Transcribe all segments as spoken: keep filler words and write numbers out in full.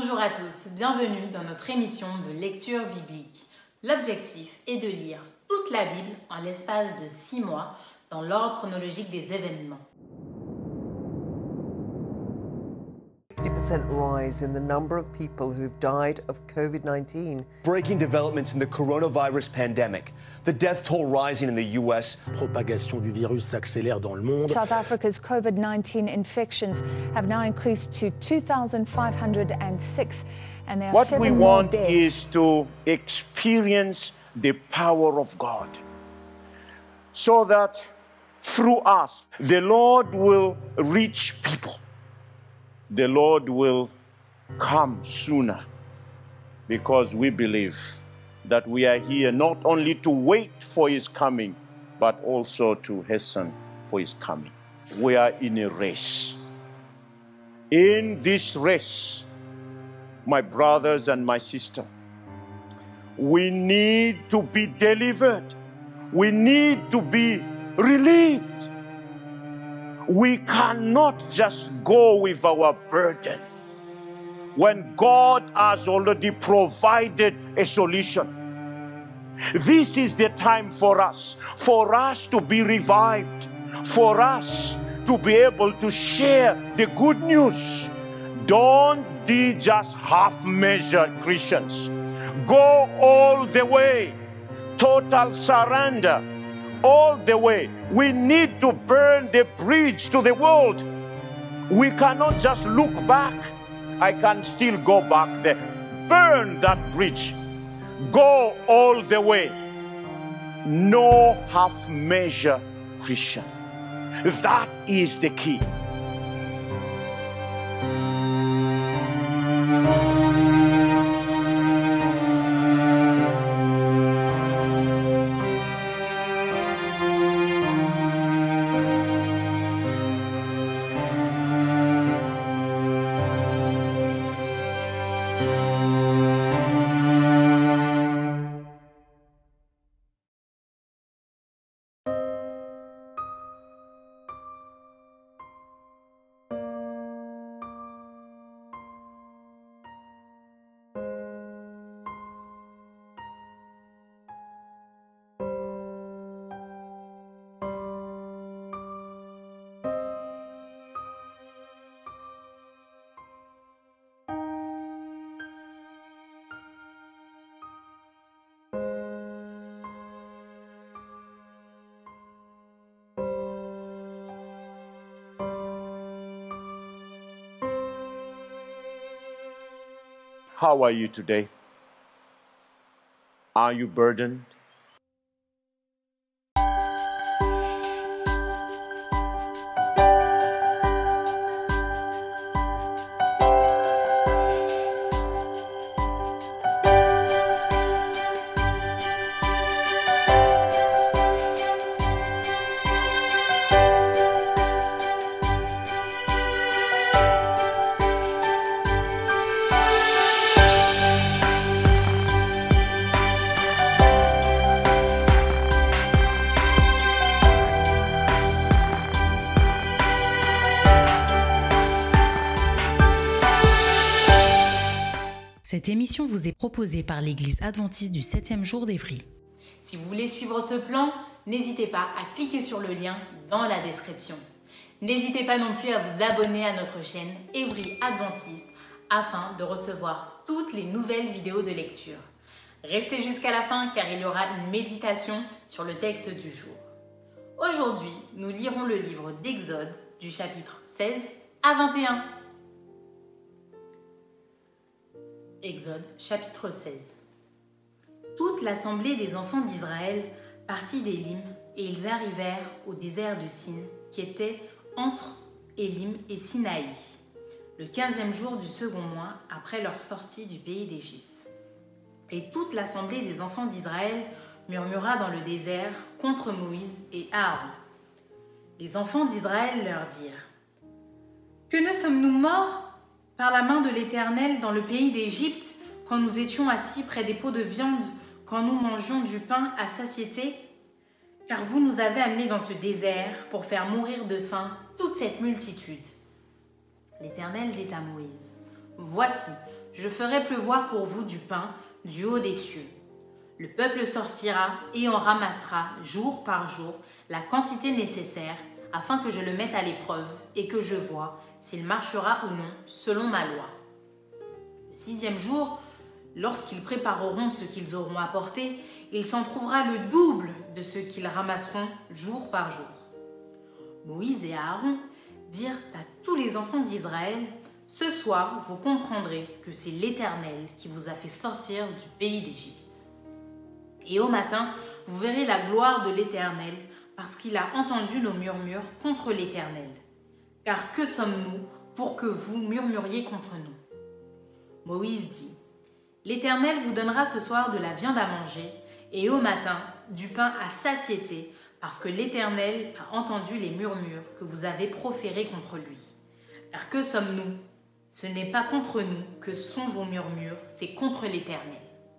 Bonjour à tous, bienvenue dans notre émission de lecture biblique. L'objectif est de lire toute la Bible en l'espace de six mois dans l'ordre chronologique des événements. fifty percent rise in the number of people who've died of COVID nineteen. Breaking developments in the coronavirus pandemic. The death toll rising in the U S. Propagation du virus s'accélère dans le monde. South Africa's COVID nineteen infections have now increased to two thousand five hundred six, and there are What seven we more want deaths. is to experience the power of God, so that through us, the Lord will reach people. The Lord will come sooner, because we believe that we are here not only to wait for His coming, but also to hasten for His coming. We are in a race. In this race, my brothers and my sisters, we need to be delivered. We need to be relieved. We cannot just go with our burden when God has already provided a solution. This is the time for us, for us to be revived, for us to be able to share the good news. Don't be just half-measured Christians. Go all the way, total surrender. All the way. We need to burn the bridge to the world. We cannot just look back. I can still go back there. Burn that bridge. Go all the way. No half-measure Christian. That is the key. How are you today? Are you burdened? Cette émission vous est proposée par l'Église adventiste du septième jour d'Évry. Si vous voulez suivre ce plan, n'hésitez pas à cliquer sur le lien dans la description. N'hésitez pas non plus à vous abonner à notre chaîne Évry Adventiste afin de recevoir toutes les nouvelles vidéos de lecture. Restez jusqu'à la fin car il y aura une méditation sur le texte du jour. Aujourd'hui, nous lirons le livre d'Exode du chapitre seize à vingt et un. Exode chapitre seize. Toute l'assemblée des enfants d'Israël partit d'Élim et ils arrivèrent au désert de Sin qui était entre Élim et Sinaï, le quinzième jour du second mois après leur sortie du pays d'Égypte. Et toute l'assemblée des enfants d'Israël murmura dans le désert contre Moïse et Aaron. Les enfants d'Israël leur dirent : « Que ne sommes-nous morts par la main de l'Éternel dans le pays d'Égypte, quand nous étions assis près des pots de viande, quand nous mangions du pain à satiété ? Car vous nous avez amenés dans ce désert pour faire mourir de faim toute cette multitude. » L'Éternel dit à Moïse : « Voici, je ferai pleuvoir pour vous du pain du haut des cieux. Le peuple sortira et en ramassera jour par jour la quantité nécessaire afin que je le mette à l'épreuve et que je voie s'il marchera ou non selon ma loi. Le sixième jour, lorsqu'ils prépareront ce qu'ils auront apporté, il s'en trouvera le double de ce qu'ils ramasseront jour par jour. Moïse et Aaron dirent à tous les enfants d'Israël, « Ce soir, vous comprendrez que c'est l'Éternel qui vous a fait sortir du pays d'Égypte. Et au matin, vous verrez la gloire de l'Éternel, parce qu'il a entendu nos murmures contre l'Éternel. Car que sommes-nous pour que vous murmuriez contre nous ?» Moïse dit, « L'Éternel vous donnera ce soir de la viande à manger, et au matin, du pain à satiété, parce que l'Éternel a entendu les murmures que vous avez proférés contre lui. Car que sommes-nous? Ce n'est pas contre nous que sont vos murmures, c'est contre l'Éternel. »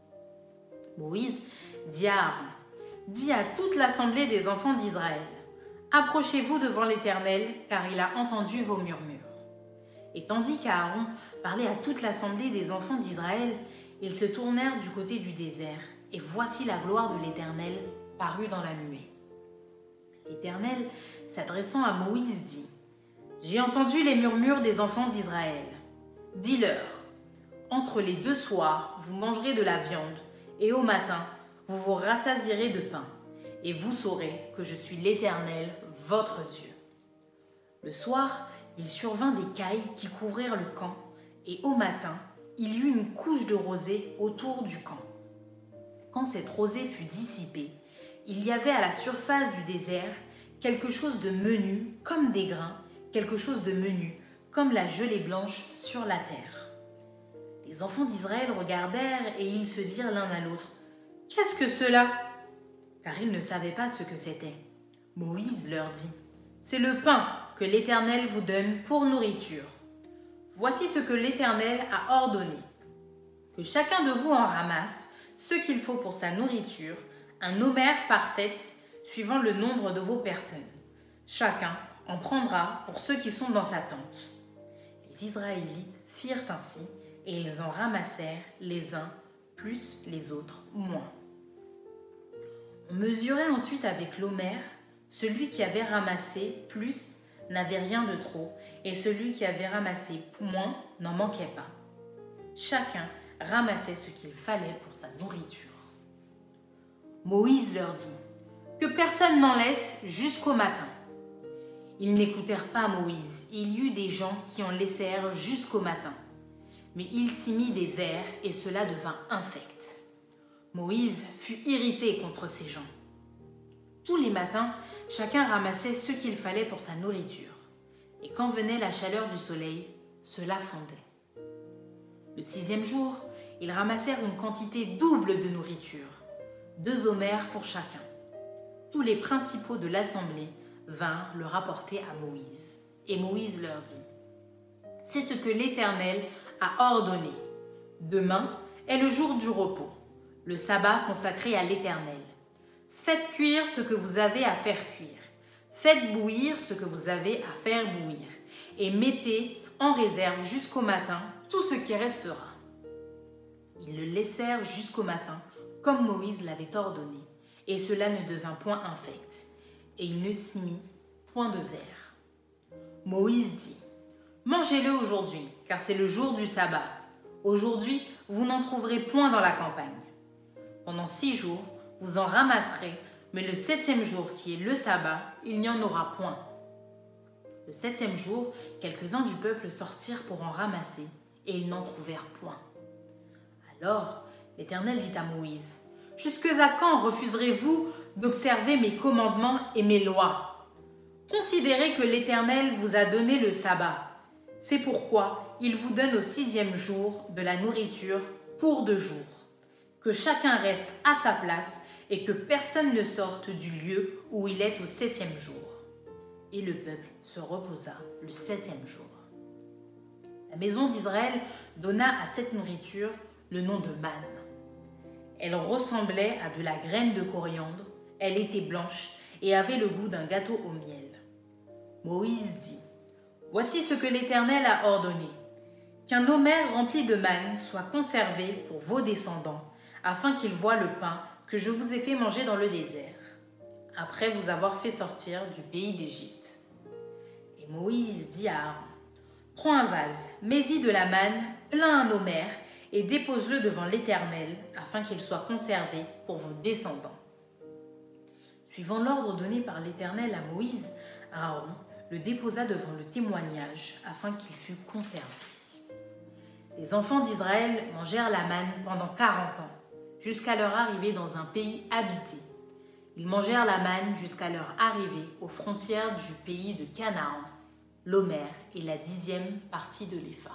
Moïse dit à Aaron, « Dis à toute l'assemblée des enfants d'Israël, approchez-vous devant l'Éternel, car il a entendu vos murmures. » Et tandis qu'Aaron parlait à toute l'assemblée des enfants d'Israël, ils se tournèrent du côté du désert, et voici la gloire de l'Éternel parut dans la nuée. L'Éternel, s'adressant à Moïse, dit, « J'ai entendu les murmures des enfants d'Israël. Dis-leur, entre les deux soirs, vous mangerez de la viande, et au matin, vous vous rassasierez de pain, et vous saurez que je suis l'Éternel, votre Dieu. » Le soir, il survint des cailles qui couvrirent le camp, et au matin, il y eut une couche de rosée autour du camp. Quand cette rosée fut dissipée, il y avait à la surface du désert quelque chose de menu comme des grains, quelque chose de menu comme la gelée blanche sur la terre. Les enfants d'Israël regardèrent et ils se dirent l'un à l'autre, « Qu'est-ce que cela ?» Car ils ne savaient pas ce que c'était. Moïse leur dit, « C'est le pain que l'Éternel vous donne pour nourriture. Voici ce que l'Éternel a ordonné. Que chacun de vous en ramasse ce qu'il faut pour sa nourriture, un homère par tête, suivant le nombre de vos personnes. Chacun en prendra pour ceux qui sont dans sa tente. » Les Israélites firent ainsi, et ils en ramassèrent les uns plus les autres moins. On mesurait ensuite avec l'homère, celui qui avait ramassé plus n'avait rien de trop, et celui qui avait ramassé moins n'en manquait pas. Chacun ramassait ce qu'il fallait pour sa nourriture. Moïse leur dit, « Que personne n'en laisse jusqu'au matin. » Ils n'écoutèrent pas Moïse, il y eut des gens qui en laissèrent jusqu'au matin. Mais il s'y mit des vers et cela devint infect. Moïse fut irrité contre ces gens. Tous les matins, chacun ramassait ce qu'il fallait pour sa nourriture. Et quand venait la chaleur du soleil, cela fondait. Le sixième jour, ils ramassèrent une quantité double de nourriture, deux homères pour chacun. Tous les principaux de l'assemblée vinrent le rapporter à Moïse. Et Moïse leur dit, « C'est ce que l'Éternel a ordonné. Demain est le jour du repos, le sabbat consacré à l'Éternel. Faites cuire ce que vous avez à faire cuire. Faites bouillir ce que vous avez à faire bouillir. Et mettez en réserve jusqu'au matin tout ce qui restera. » Ils le laissèrent jusqu'au matin, comme Moïse l'avait ordonné, et cela ne devint point infect. Et il ne s'y mit point de verre. Moïse dit, « Mangez-le aujourd'hui, car c'est le jour du sabbat. Aujourd'hui, vous n'en trouverez point dans la campagne. Pendant six jours, vous en ramasserez, mais le septième jour, qui est le sabbat, il n'y en aura point. » Le septième jour, quelques-uns du peuple sortirent pour en ramasser, et ils n'en trouvèrent point. Alors, l'Éternel dit à Moïse, « Jusque à quand refuserez-vous d'observer mes commandements et mes lois? Considérez que l'Éternel vous a donné le sabbat. C'est pourquoi il vous donne au sixième jour de la nourriture pour deux jours. Que chacun reste à sa place et que personne ne sorte du lieu où il est au septième jour. » Et le peuple se reposa le septième jour. La maison d'Israël donna à cette nourriture le nom de manne. Elle ressemblait à de la graine de coriandre, elle était blanche et avait le goût d'un gâteau au miel. Moïse dit, « Voici ce que l'Éternel a ordonné. qu'un homère rempli de manne soit conservé pour vos descendants, afin qu'ils voient le pain que je vous ai fait manger dans le désert, après vous avoir fait sortir du pays d'Égypte. » Et Moïse dit à Aaron, « Prends un vase, mets-y de la manne, plein un homère, et dépose-le devant l'Éternel, afin qu'il soit conservé pour vos descendants. » Suivant l'ordre donné par l'Éternel à Moïse, Aaron le déposa devant le témoignage, afin qu'il fût conservé. Les enfants d'Israël mangèrent la manne pendant quarante ans, jusqu'à leur arrivée dans un pays habité. Ils mangèrent la manne jusqu'à leur arrivée aux frontières du pays de Canaan, l'homère et la dixième partie de l'épha.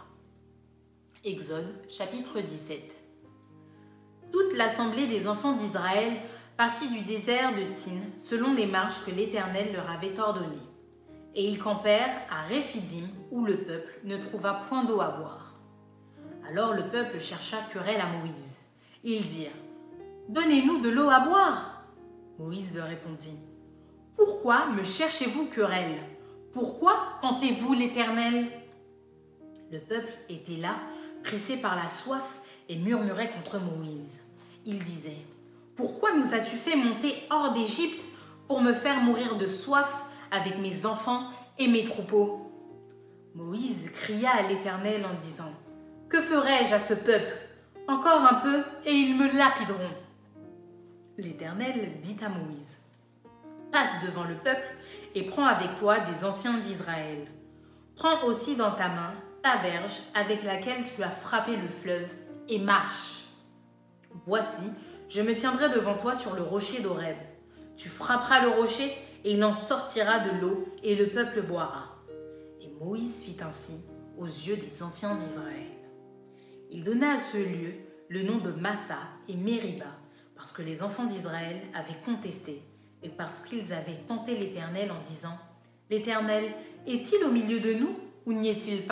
Exode, chapitre dix-sept. Toute l'assemblée des enfants d'Israël partit du désert de Sin selon les marches que l'Éternel leur avait ordonnées. Et ils campèrent à Réphidim, où le peuple ne trouva point d'eau à boire. Alors le peuple chercha querelle à Moïse. Ils dirent, « Donnez-nous de l'eau à boire !» Moïse leur répondit, « Pourquoi me cherchez-vous querelle? Pourquoi tentez-vous l'Éternel ?» Le peuple était là, pressé par la soif, et murmurait contre Moïse. Il disait, « Pourquoi nous as-tu fait monter hors d'Égypte pour me faire mourir de soif avec mes enfants et mes troupeaux ?» Moïse cria à l'Éternel en disant, « Que ferai-je à ce peuple? Encore un peu et ils me lapideront. » L'Éternel dit à Moïse, « Passe devant le peuple et prends avec toi des anciens d'Israël. Prends aussi dans ta main ta verge avec laquelle tu as frappé le fleuve et marche. Voici, je me tiendrai devant toi sur le rocher d'Horeb. Tu frapperas le rocher et il en sortira de l'eau et le peuple boira. » Et Moïse fit ainsi aux yeux des anciens d'Israël. Il donna à ce lieu le nom de Massa et Mériba, parce que les enfants d'Israël avaient contesté et parce qu'ils avaient tenté l'Éternel en disant, « L'Éternel est-il au milieu de nous ou n'y est-il pas ?»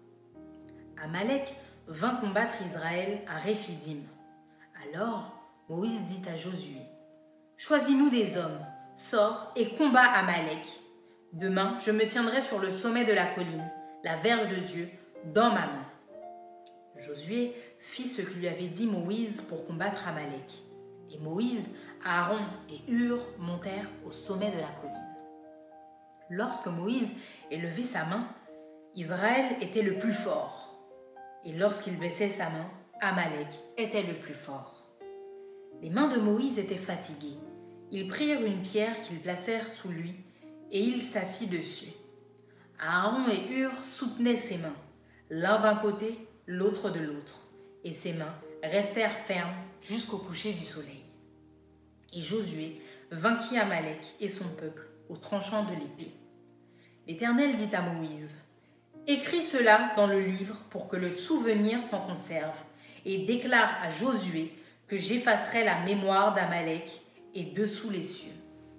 Amalek vint combattre Israël à Réphidim. Alors Moïse dit à Josué, « Choisis-nous des hommes, sors et combats Amalek. Demain, je me tiendrai sur le sommet de la colline, la verge de Dieu, dans ma main. » Josué fit ce que lui avait dit Moïse pour combattre Amalek. Et Moïse, Aaron et Hur montèrent au sommet de la colline. Lorsque Moïse élevait sa main, Israël était le plus fort. Et lorsqu'il baissait sa main, Amalek était le plus fort. Les mains de Moïse étaient fatiguées. Ils prirent une pierre qu'ils placèrent sous lui, et il s'assit dessus. Aaron et Hur soutenaient ses mains, l'un d'un côté, l'autre de l'autre, et ses mains restèrent fermes jusqu'au coucher du soleil. Et Josué vainquit Amalek et son peuple au tranchant de l'épée. L'Éternel dit à Moïse, « Écris cela dans le livre pour que le souvenir s'en conserve, et déclare à Josué que j'effacerai la mémoire d'Amalek et dessous les cieux. »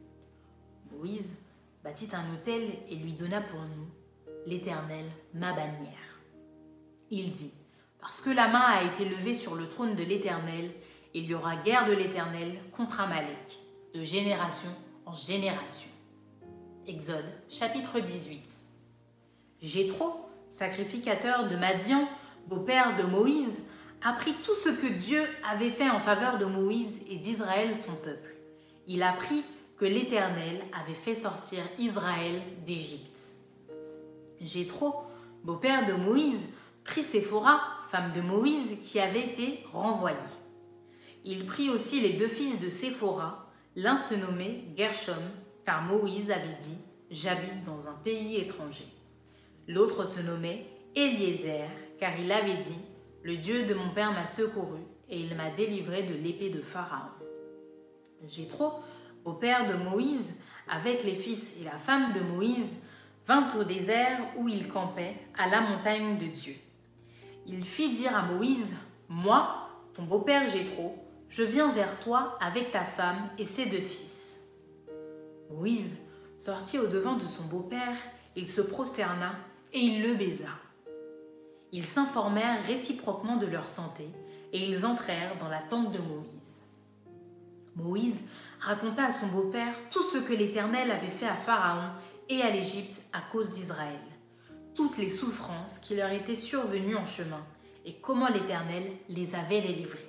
Moïse bâtit un autel et lui donna pour nous, l'Éternel, ma bannière. Il dit, « Parce que la main a été levée sur le trône de l'Éternel, il y aura guerre de l'Éternel contre Amalek, de génération en génération. » Exode, chapitre dix-huit. Jéthro, sacrificateur de Madian, beau-père de Moïse, apprit tout ce que Dieu avait fait en faveur de Moïse et d'Israël son peuple. Il apprit que l'Éternel avait fait sortir Israël d'Égypte. Jéthro, beau-père de Moïse, prit Séphora, femme de Moïse, qui avait été renvoyée. Il prit aussi les deux fils de Séphora, l'un se nommait Gershom, car Moïse avait dit « J'habite dans un pays étranger ». L'autre se nommait Eliezer, car il avait dit « Le Dieu de mon père m'a secouru, et il m'a délivré de l'épée de Pharaon. » Jéthro, au père de Moïse, avec les fils et la femme de Moïse, vint au désert où il campait, à la montagne de Dieu. Il fit dire à Moïse, « Moi, ton beau-père Jéthro, je viens vers toi avec ta femme et ses deux fils. » Moïse sortit au-devant de son beau-père, il se prosterna et il le baisa. Ils s'informèrent réciproquement de leur santé et ils entrèrent dans la tente de Moïse. Moïse raconta à son beau-père tout ce que l'Éternel avait fait à Pharaon et à l'Égypte à cause d'Israël, toutes les souffrances qui leur étaient survenues en chemin et comment l'Éternel les avait délivrés.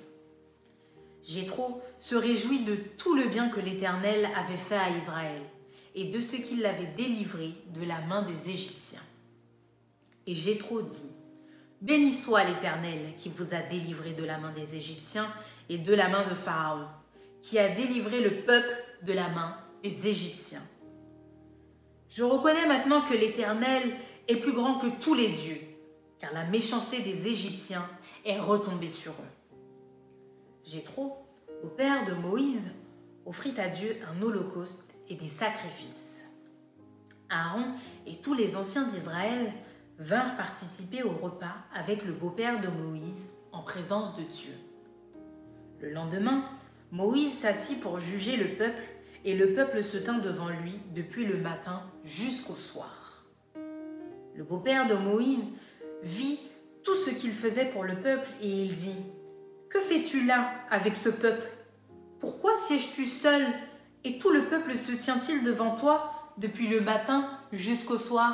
Jéthro se réjouit de tout le bien que l'Éternel avait fait à Israël et de ce qu'il l'avait délivré de la main des Égyptiens. Et Jéthro dit, « Béni soit l'Éternel qui vous a délivré de la main des Égyptiens et de la main de Pharaon, qui a délivré le peuple de la main des Égyptiens. Je reconnais maintenant que l'Éternel est plus grand que tous les dieux, car la méchanceté des Égyptiens est retombée sur eux. » Jéthro, au père de Moïse, offrit à Dieu un holocauste et des sacrifices. Aaron et tous les anciens d'Israël vinrent participer au repas avec le beau-père de Moïse en présence de Dieu. Le lendemain, Moïse s'assit pour juger le peuple et le peuple se tint devant lui depuis le matin jusqu'au soir. Le beau-père de Moïse vit tout ce qu'il faisait pour le peuple et il dit « Que fais-tu là avec ce peuple? Pourquoi sièges-tu seul et tout le peuple se tient-il devant toi depuis le matin jusqu'au soir ?»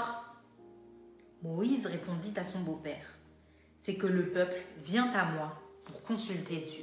Moïse répondit à son beau-père « C'est que le peuple vient à moi pour consulter Dieu.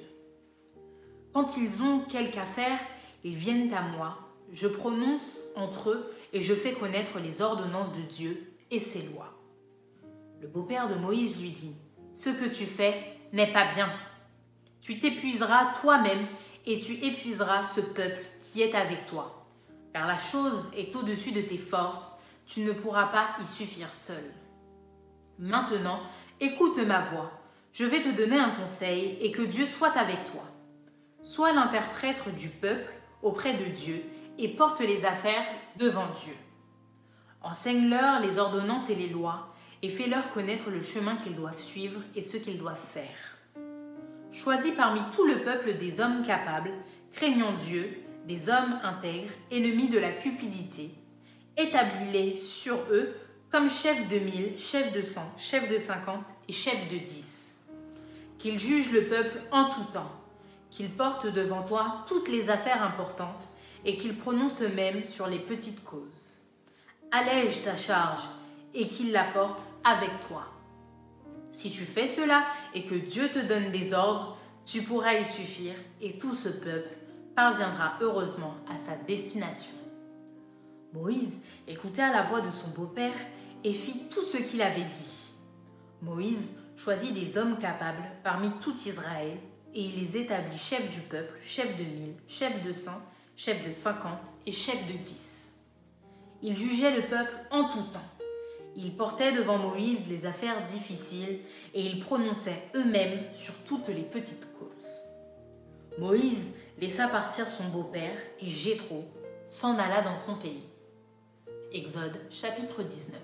Quand ils ont quelque affaire, ils viennent à moi, je prononce entre eux et je fais connaître les ordonnances de Dieu et ses lois. » Le beau-père de Moïse lui dit « Ce que tu fais n'est pas bien. Tu t'épuiseras toi-même et tu épuiseras ce peuple qui est avec toi. Car la chose est au-dessus de tes forces, tu ne pourras pas y suffire seul. Maintenant, écoute ma voix. Je vais te donner un conseil et que Dieu soit avec toi. Sois l'interprète du peuple auprès de Dieu et porte les affaires devant Dieu. Enseigne-leur les ordonnances et les lois et fais-leur connaître le chemin qu'ils doivent suivre et ce qu'ils doivent faire. Choisis parmi tout le peuple des hommes capables, craignant Dieu, des hommes intègres, ennemis de la cupidité. Établis-les sur eux comme chefs de mille, chefs de cent, chefs de cinquante et chefs de dix. Qu'ils jugent le peuple en tout temps, qu'ils portent devant toi toutes les affaires importantes et qu'ils prononcent eux-mêmes sur les petites causes. Allège ta charge et qu'ils la portent avec toi. Si tu fais cela et que Dieu te donne des ordres, tu pourras y suffire et tout ce peuple parviendra heureusement à sa destination. Moïse écouta la voix de son beau-père et fit tout ce qu'il avait dit. Moïse choisit des hommes capables parmi tout Israël et il les établit chefs du peuple, chefs de mille, chefs de cent, chefs de cinquante et chefs de dix. Ils jugeaient le peuple en tout temps. Ils portaient devant Moïse les affaires difficiles et ils prononçaient eux-mêmes sur toutes les petites causes. Moïse laissa partir son beau-père et Jéthro s'en alla dans son pays. Exode chapitre dix-neuf.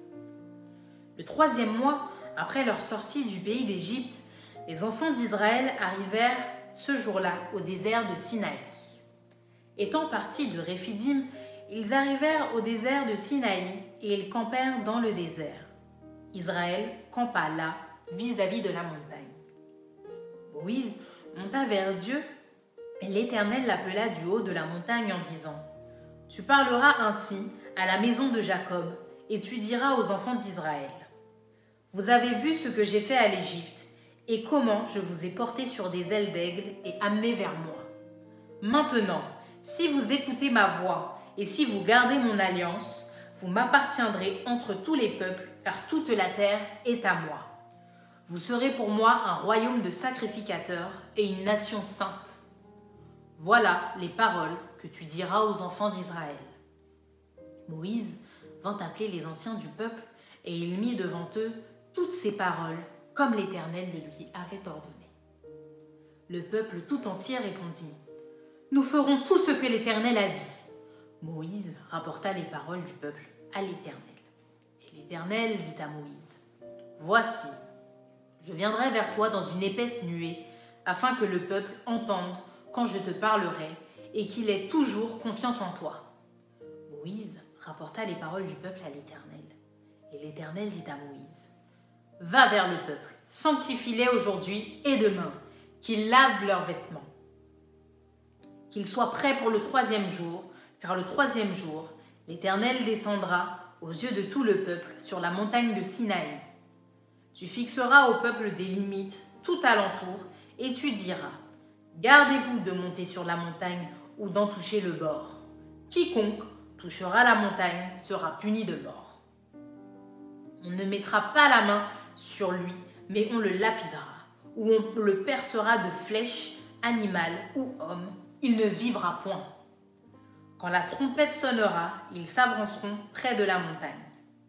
Le troisième mois, après leur sortie du pays d'Égypte, les enfants d'Israël arrivèrent ce jour-là au désert de Sinaï. Étant partis de Réphidim, ils arrivèrent au désert de Sinaï et ils campèrent dans le désert. Israël campa là, vis-à-vis de la montagne. Moïse monta vers Dieu et l'Éternel l'appela du haut de la montagne en disant « Tu parleras ainsi à la maison de Jacob et tu diras aux enfants d'Israël « Vous avez vu ce que j'ai fait à l'Égypte et comment je vous ai porté sur des ailes d'aigle et amené vers moi. Maintenant, si vous écoutez ma voix et si vous gardez mon alliance, vous m'appartiendrez entre tous les peuples, car toute la terre est à moi. Vous serez pour moi un royaume de sacrificateurs et une nation sainte. Voilà les paroles que tu diras aux enfants d'Israël. » Moïse vint appeler les anciens du peuple et il mit devant eux toutes ces paroles comme l'Éternel le lui avait ordonné. Le peuple tout entier répondit « Nous ferons tout ce que l'Éternel a dit. » Moïse rapporta les paroles du peuple à l'Éternel. Et l'Éternel dit à Moïse « Voici, je viendrai vers toi dans une épaisse nuée, afin que le peuple entende quand je te parlerai et qu'il ait toujours confiance en toi. » Moïse rapporta les paroles du peuple à l'Éternel. Et l'Éternel dit à Moïse « Va vers le peuple, sanctifie-les aujourd'hui et demain, qu'ils lavent leurs vêtements, qu'ils soient prêts pour le troisième jour, car le troisième jour, l'Éternel descendra aux yeux de tout le peuple sur la montagne de Sinaï. Tu fixeras au peuple des limites tout alentour et tu diras « Gardez-vous de monter sur la montagne ou d'en toucher le bord. Quiconque touchera la montagne sera puni de mort. On ne mettra pas la main sur lui, mais on le lapidera, ou on le percera de flèches, animal ou homme, il ne vivra point. Quand la trompette sonnera, ils s'avanceront près de la montagne. »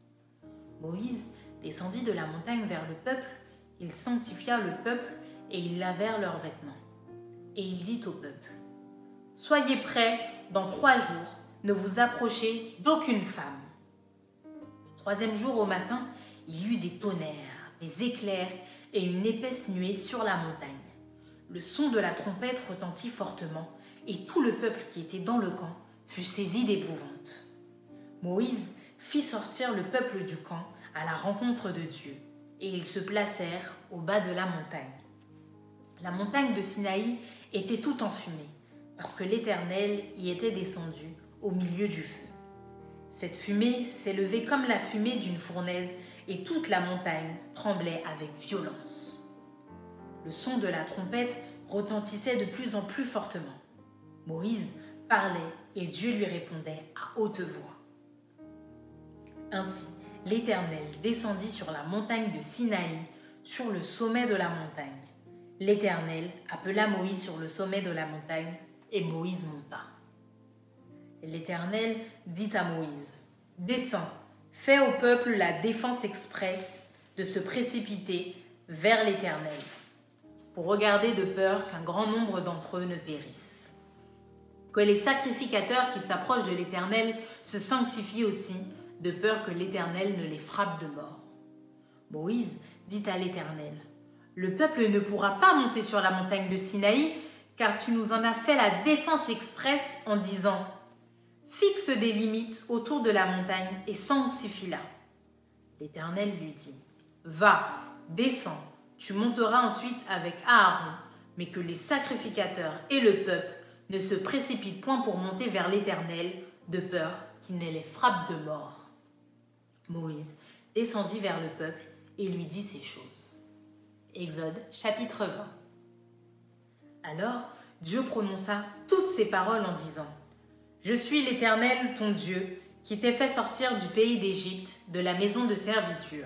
Moïse descendit de la montagne vers le peuple, il sanctifia le peuple et ils lavèrent leurs vêtements. Et il dit au peuple, « Soyez prêts, dans trois jours, ne vous approchez d'aucune femme. » Le troisième jour au matin, il y eut des tonnerres, des éclairs et une épaisse nuée sur la montagne. Le son de la trompette retentit fortement et tout le peuple qui était dans le camp fut saisi d'épouvante. Moïse fit sortir le peuple du camp à la rencontre de Dieu et ils se placèrent au bas de la montagne. La montagne de Sinaï était toute enfumée parce que l'Éternel y était descendu au milieu du feu. Cette fumée s'élevait comme la fumée d'une fournaise et toute la montagne tremblait avec violence. Le son de la trompette retentissait de plus en plus fortement. Moïse parlait et Dieu lui répondait à haute voix. Ainsi, l'Éternel descendit sur la montagne de Sinaï, sur le sommet de la montagne. L'Éternel appela Moïse sur le sommet de la montagne et Moïse monta. L'Éternel dit à Moïse, « Descends, fais au peuple la défense expresse de se précipiter vers l'Éternel, pour regarder de peur qu'un grand nombre d'entre eux ne périssent. Que les sacrificateurs qui s'approchent de l'Éternel se sanctifient aussi, de peur que l'Éternel ne les frappe de mort. » Moïse dit à l'Éternel, « Le peuple ne pourra pas monter sur la montagne de Sinaï, car tu nous en as fait la défense expresse en disant « Fixe des limites autour de la montagne et sanctifie-la. » L'Éternel lui dit « Va, descends, tu monteras ensuite avec Aaron, mais que les sacrificateurs et le peuple ne se précipitent point pour monter vers l'Éternel, de peur qu'il ne les frappe de mort. » Moïse descendit vers le peuple et lui dit ces choses. Exode chapitre vingt. Alors Dieu prononça toutes ces paroles en disant « Je suis l'Éternel ton Dieu, qui t'ai fait sortir du pays d'Égypte, de la maison de serviture.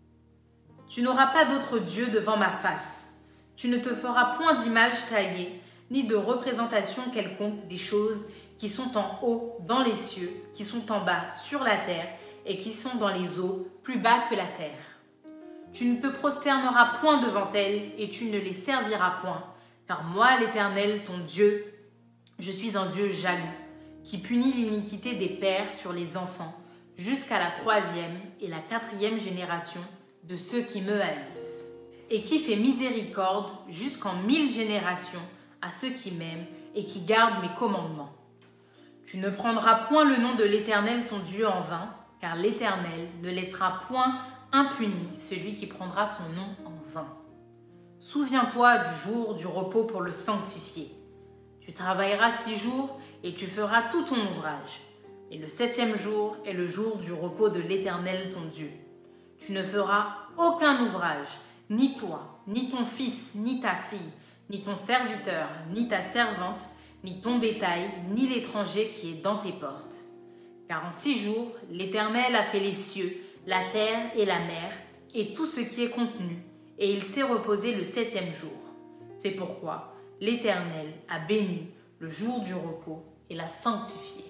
Tu n'auras pas d'autre Dieu devant ma face. Tu ne te feras point d'image taillée, ni de représentation quelconque des choses qui sont en haut dans les cieux, qui sont en bas sur la terre, et qui sont dans les eaux plus bas que la terre. Tu ne te prosterneras point devant elles, et tu ne les serviras point, car moi, l'Éternel, ton Dieu, je suis un Dieu jaloux, qui punit l'iniquité des pères sur les enfants, jusqu'à la troisième et la quatrième génération de ceux qui me haïssent, et qui fait miséricorde jusqu'en mille générations à ceux qui m'aiment et qui gardent mes commandements. Tu ne prendras point le nom de l'Éternel ton Dieu en vain, car l'Éternel ne laissera point impuni celui qui prendra son nom en vain. Souviens-toi du jour du repos pour le sanctifier. Tu travailleras six jours et tu feras tout ton ouvrage. Et le septième jour est le jour du repos de l'Éternel ton Dieu. Tu ne feras aucun ouvrage, ni toi, ni ton fils, ni ta fille, ni ton serviteur, ni ta servante, ni ton bétail, ni l'étranger qui est dans tes portes. Car en six jours, l'Éternel a fait les cieux, la terre et la mer, et tout ce qui est contenu, et il s'est reposé le septième jour. C'est pourquoi l'Éternel a béni le jour du repos et l'a sanctifié.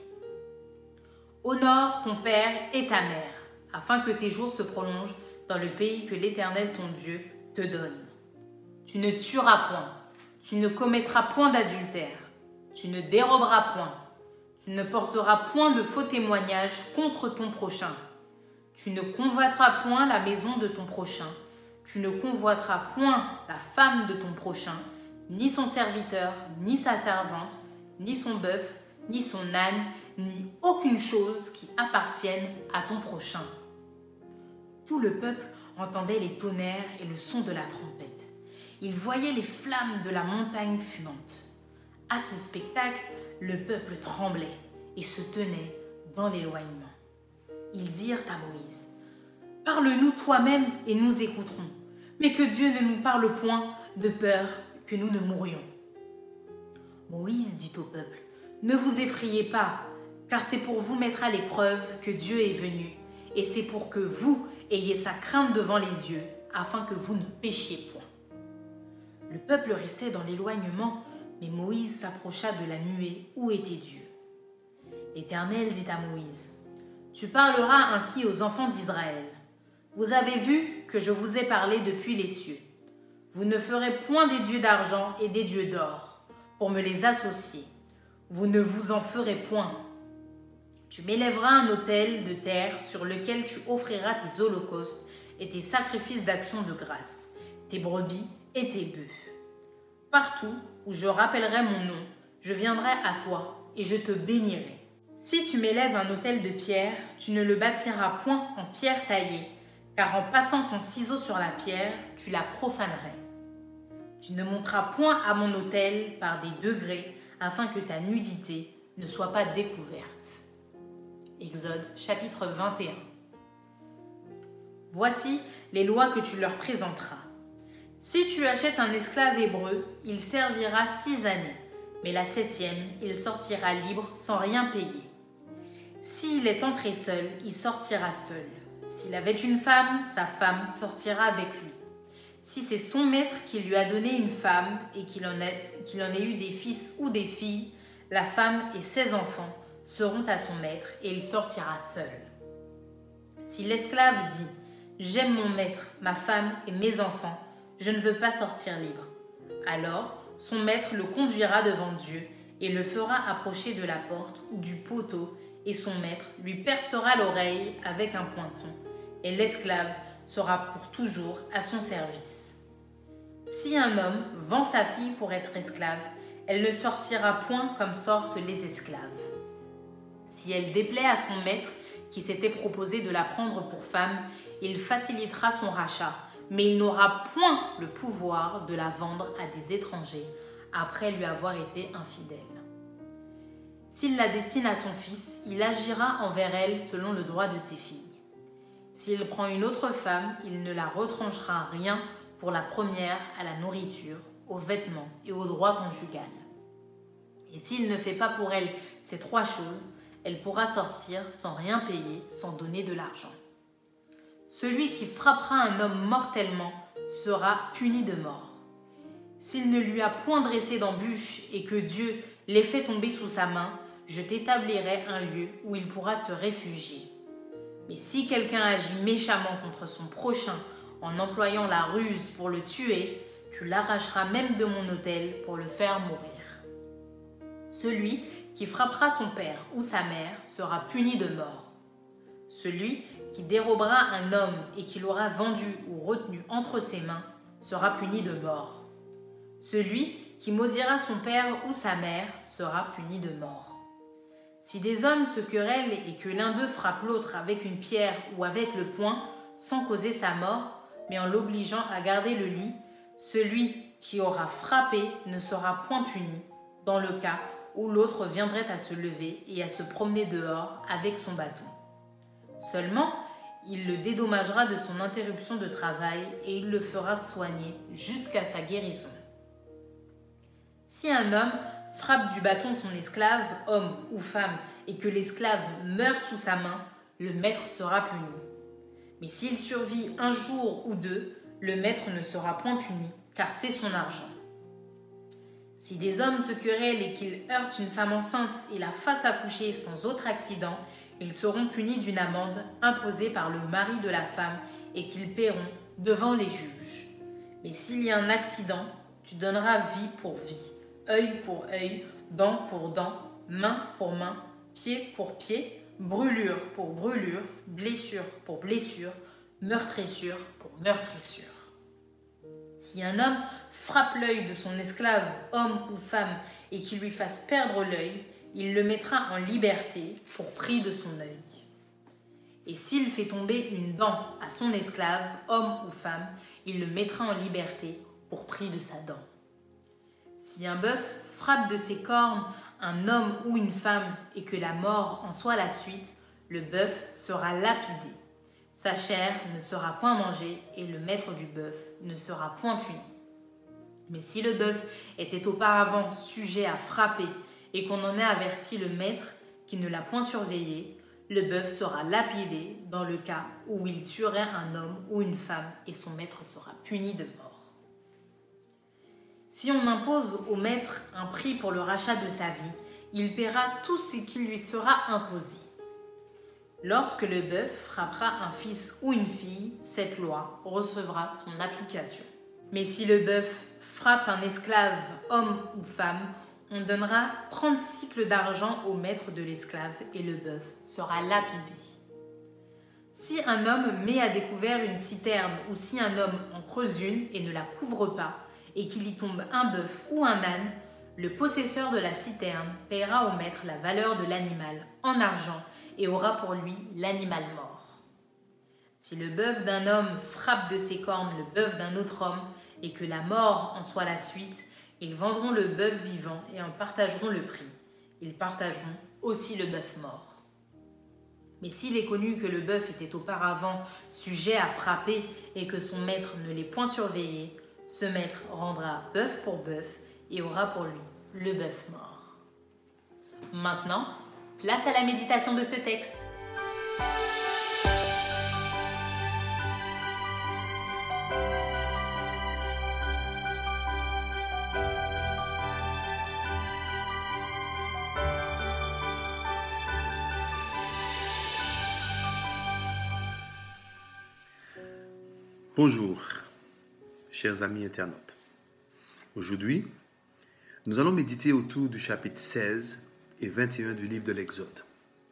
Honore ton père et ta mère, afin que tes jours se prolongent dans le pays que l'Éternel ton Dieu te donne. Tu ne tueras point, tu ne commettras point d'adultère, tu ne déroberas point, tu ne porteras point de faux témoignages contre ton prochain, tu ne convoiteras point la maison de ton prochain, tu ne convoiteras point la femme de ton prochain, ni son serviteur, ni sa servante, ni son bœuf, ni son âne, ni aucune chose qui appartienne à ton prochain. » Tout le peuple entendait les tonnerres et le son de la trompette. Il voyait les flammes de la montagne fumante. À ce spectacle, le peuple tremblait et se tenait dans l'éloignement. Ils dirent à Moïse, « Parle-nous toi-même et nous écouterons, mais que Dieu ne nous parle point de peur que nous ne mourions. » Moïse dit au peuple, « Ne vous effrayez pas, car c'est pour vous mettre à l'épreuve que Dieu est venu, et c'est pour que vous ayez sa crainte devant les yeux, afin que vous ne péchiez point. » Le peuple restait dans l'éloignement, mais Moïse s'approcha de la nuée où était Dieu. L'Éternel dit à Moïse, « Tu parleras ainsi aux enfants d'Israël. Vous avez vu que je vous ai parlé depuis les cieux. Vous ne ferez point des dieux d'argent et des dieux d'or, pour me les associer. Vous ne vous en ferez point. Tu m'élèveras un autel de terre sur lequel tu offriras tes holocaustes et tes sacrifices d'action de grâce, tes brebis et tes bœufs. Partout où je rappellerai mon nom, je viendrai à toi et je te bénirai. Si tu m'élèves un autel de pierre, tu ne le bâtiras point en pierre taillée, car en passant ton ciseau sur la pierre, tu la profanerais. Tu ne monteras point à mon autel par des degrés, afin que ta nudité ne soit pas découverte. » Exode chapitre vingt et un. Voici les lois que tu leur présenteras. Si tu achètes un esclave hébreu, il servira six années, mais la septième, il sortira libre sans rien payer. S'il est entré seul, il sortira seul. S'il avait une femme, sa femme sortira avec lui. Si c'est son maître qui lui a donné une femme et qu'il en ait, qu'il en ait eu des fils ou des filles, la femme et ses enfants seront à son maître et il sortira seul. Si l'esclave dit « J'aime mon maître, ma femme et mes enfants, je ne veux pas sortir libre », alors son maître le conduira devant Dieu et le fera approcher de la porte ou du poteau, et son maître lui percera l'oreille avec un poinçon, et l'esclave sera pour toujours à son service. Si un homme vend sa fille pour être esclave, elle ne sortira point comme sortent les esclaves. Si elle déplaît à son maître qui s'était proposé de la prendre pour femme, il facilitera son rachat, mais il n'aura point le pouvoir de la vendre à des étrangers après lui avoir été infidèle. S'il la destine à son fils, il agira envers elle selon le droit de ses filles. S'il prend une autre femme, il ne la retranchera rien pour la première à la nourriture, aux vêtements et au droit conjugal. Et s'il ne fait pas pour elle ces trois choses, elle pourra sortir sans rien payer, sans donner de l'argent. Celui qui frappera un homme mortellement sera puni de mort. S'il ne lui a point dressé d'embûche et que Dieu l'ait fait tomber sous sa main, je t'établirai un lieu où il pourra se réfugier. Mais si quelqu'un agit méchamment contre son prochain en employant la ruse pour le tuer, tu l'arracheras même de mon autel pour le faire mourir. Celui qui frappera son père ou sa mère sera puni de mort. Celui qui dérobera un homme et qui l'aura vendu ou retenu entre ses mains sera puni de mort. Celui qui maudira son père ou sa mère sera puni de mort. Si des hommes se querellent et que l'un d'eux frappe l'autre avec une pierre ou avec le poing, sans causer sa mort, mais en l'obligeant à garder le lit, celui qui aura frappé ne sera point puni, dans le cas où l'autre viendrait à se lever et à se promener dehors avec son bâton. Seulement, il le dédommagera de son interruption de travail et il le fera soigner jusqu'à sa guérison. Si un homme frappe du bâton son esclave, homme ou femme, et que l'esclave meurt sous sa main, le maître sera puni. Mais s'il survit un jour ou deux, le maître ne sera point puni, car c'est son argent. Si des hommes se querellent et qu'ils heurtent une femme enceinte et la fassent accoucher sans autre accident, ils seront punis d'une amende imposée par le mari de la femme et qu'ils paieront devant les juges. Mais s'il y a un accident, tu donneras vie pour vie, œil pour œil, dent pour dent, main pour main, pied pour pied, brûlure pour brûlure, blessure pour blessure, meurtrissure pour meurtrissure. Si un homme frappe l'œil de son esclave, homme ou femme, et qu'il lui fasse perdre l'œil, il le mettra en liberté pour prix de son œil. Et s'il fait tomber une dent à son esclave, homme ou femme, il le mettra en liberté pour prix de sa dent. Si un bœuf frappe de ses cornes un homme ou une femme et que la mort en soit la suite, Le bœuf sera lapidé. Sa chair ne sera point mangée et le maître du bœuf ne sera point puni. Mais si le bœuf était auparavant sujet à frapper et qu'on en ait averti le maître qui ne l'a point surveillé, le bœuf sera lapidé dans le cas où il tuerait un homme ou une femme et son maître sera puni de mort. Si on impose au maître un prix pour le rachat de sa vie, il paiera tout ce qui lui sera imposé. Lorsque le bœuf frappera un fils ou une fille, cette loi recevra son application. Mais si le bœuf frappe un esclave, homme ou femme, on donnera trente cycles d'argent au maître de l'esclave et le bœuf sera lapidé. Si un homme met à découvert une citerne ou si un homme en creuse une et ne la couvre pas et qu'il y tombe un bœuf ou un âne, le possesseur de la citerne paiera au maître la valeur de l'animal en argent et aura pour lui l'animal mort. Si le bœuf d'un homme frappe de ses cornes le bœuf d'un autre homme et que la mort en soit la suite, ils vendront le bœuf vivant et en partageront le prix. Ils partageront aussi le bœuf mort. Mais s'il est connu que le bœuf était auparavant sujet à frapper et que son maître ne l'ait point surveillé, ce maître rendra bœuf pour bœuf et aura pour lui le bœuf mort. Maintenant, place à la méditation de ce texte. Bonjour, chers amis internautes. Aujourd'hui, nous allons méditer autour du chapitre seize et vingt et un du livre de l'Exode.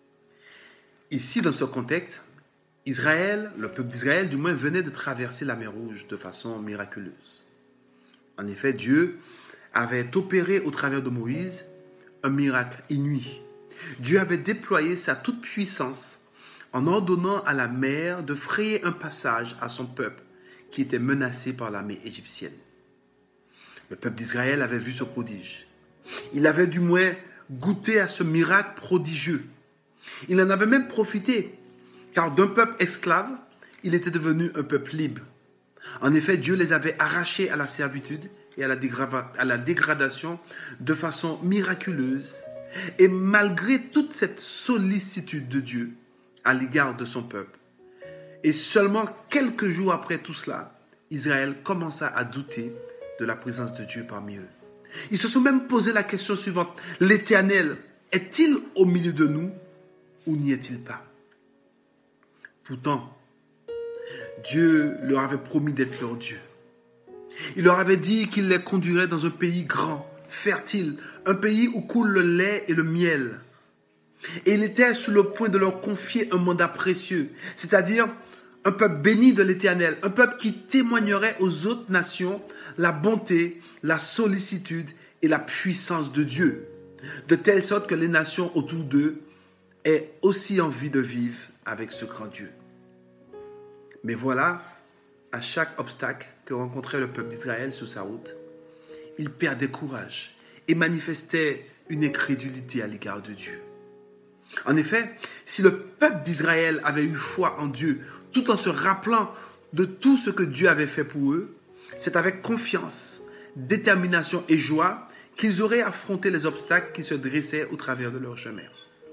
Ici, dans ce contexte, Israël, le peuple d'Israël du moins, venait de traverser la mer Rouge de façon miraculeuse. En effet, Dieu avait opéré au travers de Moïse un miracle inouï. Dieu avait déployé sa toute-puissance en ordonnant à la mer de frayer un passage à son peuple qui était menacé par l'armée égyptienne. Le peuple d'Israël avait vu ce prodige. Il avait du moins goûté à ce miracle prodigieux. Il en avait même profité, car d'un peuple esclave, il était devenu un peuple libre. En effet, Dieu les avait arrachés à la servitude et à la, dégrava- à la dégradation de façon miraculeuse. Et malgré toute cette sollicitude de Dieu à l'égard de son peuple, et seulement quelques jours après tout cela, Israël commença à douter de la présence de Dieu parmi eux. Ils se sont même posé la question suivante: l'Éternel est-il au milieu de nous ou n'y est-il pas? Pourtant, Dieu leur avait promis d'être leur Dieu. Il leur avait dit qu'il les conduirait dans un pays grand, fertile, un pays où coule le lait et le miel. Et il était sur le point de leur confier un mandat précieux, c'est-à-dire un peuple béni de l'Éternel, un peuple qui témoignerait aux autres nations la bonté, la sollicitude et la puissance de Dieu, de telle sorte que les nations autour d'eux aient aussi envie de vivre avec ce grand Dieu. Mais voilà, à chaque obstacle que rencontrait le peuple d'Israël sur sa route, il perdait courage et manifestait une incrédulité à l'égard de Dieu. En effet, si le peuple d'Israël avait eu foi en Dieu, tout en se rappelant de tout ce que Dieu avait fait pour eux, c'est avec confiance, détermination et joie qu'ils auraient affronté les obstacles qui se dressaient au travers de leur chemin.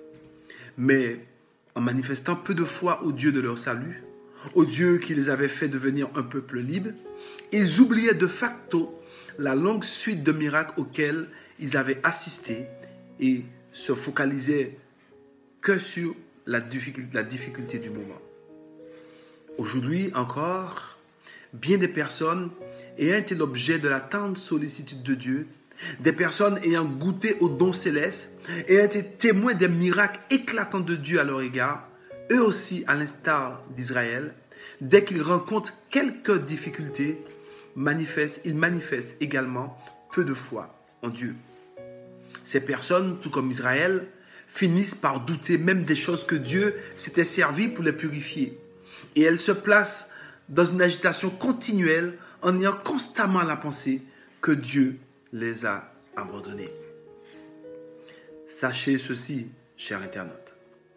Mais en manifestant peu de foi au Dieu de leur salut, au Dieu qui les avait fait devenir un peuple libre, ils oubliaient de facto la longue suite de miracles auxquels ils avaient assisté et se focalisaient que sur la difficulté, la difficulté du moment. Aujourd'hui encore, bien des personnes ayant été l'objet de la tendre sollicitude de Dieu, des personnes ayant goûté aux dons célestes, ayant été témoins des miracles éclatants de Dieu à leur égard, eux aussi, à l'instar d'Israël, dès qu'ils rencontrent quelques difficultés, manifestent, ils manifestent également peu de foi en Dieu. Ces personnes, tout comme Israël, finissent par douter même des choses que Dieu s'était servi pour les purifier. Et elles se placent dans une agitation continuelle en ayant constamment la pensée que Dieu les a abandonnés. Sachez ceci, chers internautes.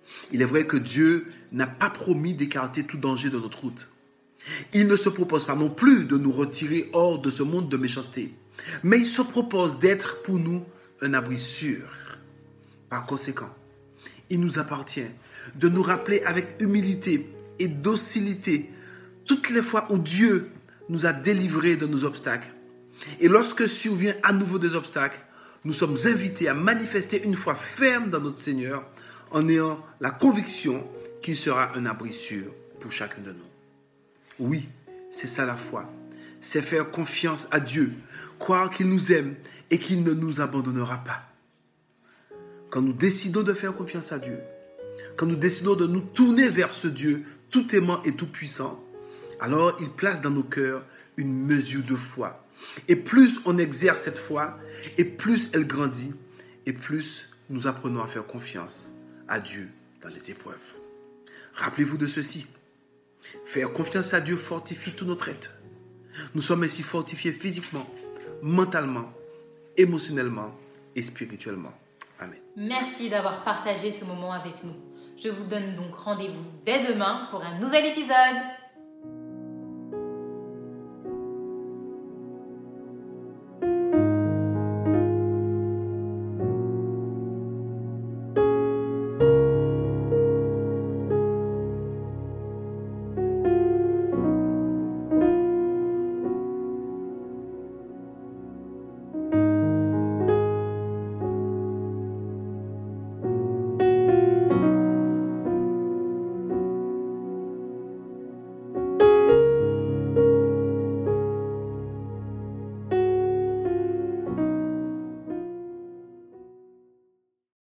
Il est vrai que Dieu n'a pas promis d'écarter tout danger de notre route. Il ne se propose pas non plus de nous retirer hors de ce monde de méchanceté, mais il se propose d'être pour nous un abri sûr. Par conséquent, il nous appartient de nous rappeler avec humilité et docilité toutes les fois où Dieu nous a délivrés de nos obstacles. Et lorsque survient à nouveau des obstacles, nous sommes invités à manifester une foi ferme dans notre Seigneur en ayant la conviction qu'il sera un abri sûr pour chacun de nous. Oui, c'est ça la foi. C'est faire confiance à Dieu, croire qu'il nous aime et qu'il ne nous abandonnera pas. Quand nous décidons de faire confiance à Dieu, quand nous décidons de nous tourner vers ce Dieu tout aimant et tout puissant, alors il place dans nos cœurs une mesure de foi. Et plus on exerce cette foi, et plus elle grandit, et plus nous apprenons à faire confiance à Dieu dans les épreuves. Rappelez-vous de ceci. Faire confiance à Dieu fortifie tout notre être. Nous sommes ainsi fortifiés physiquement, mentalement, émotionnellement et spirituellement. Amen. Merci d'avoir partagé ce moment avec nous. Je vous donne donc rendez-vous dès demain pour un nouvel épisode.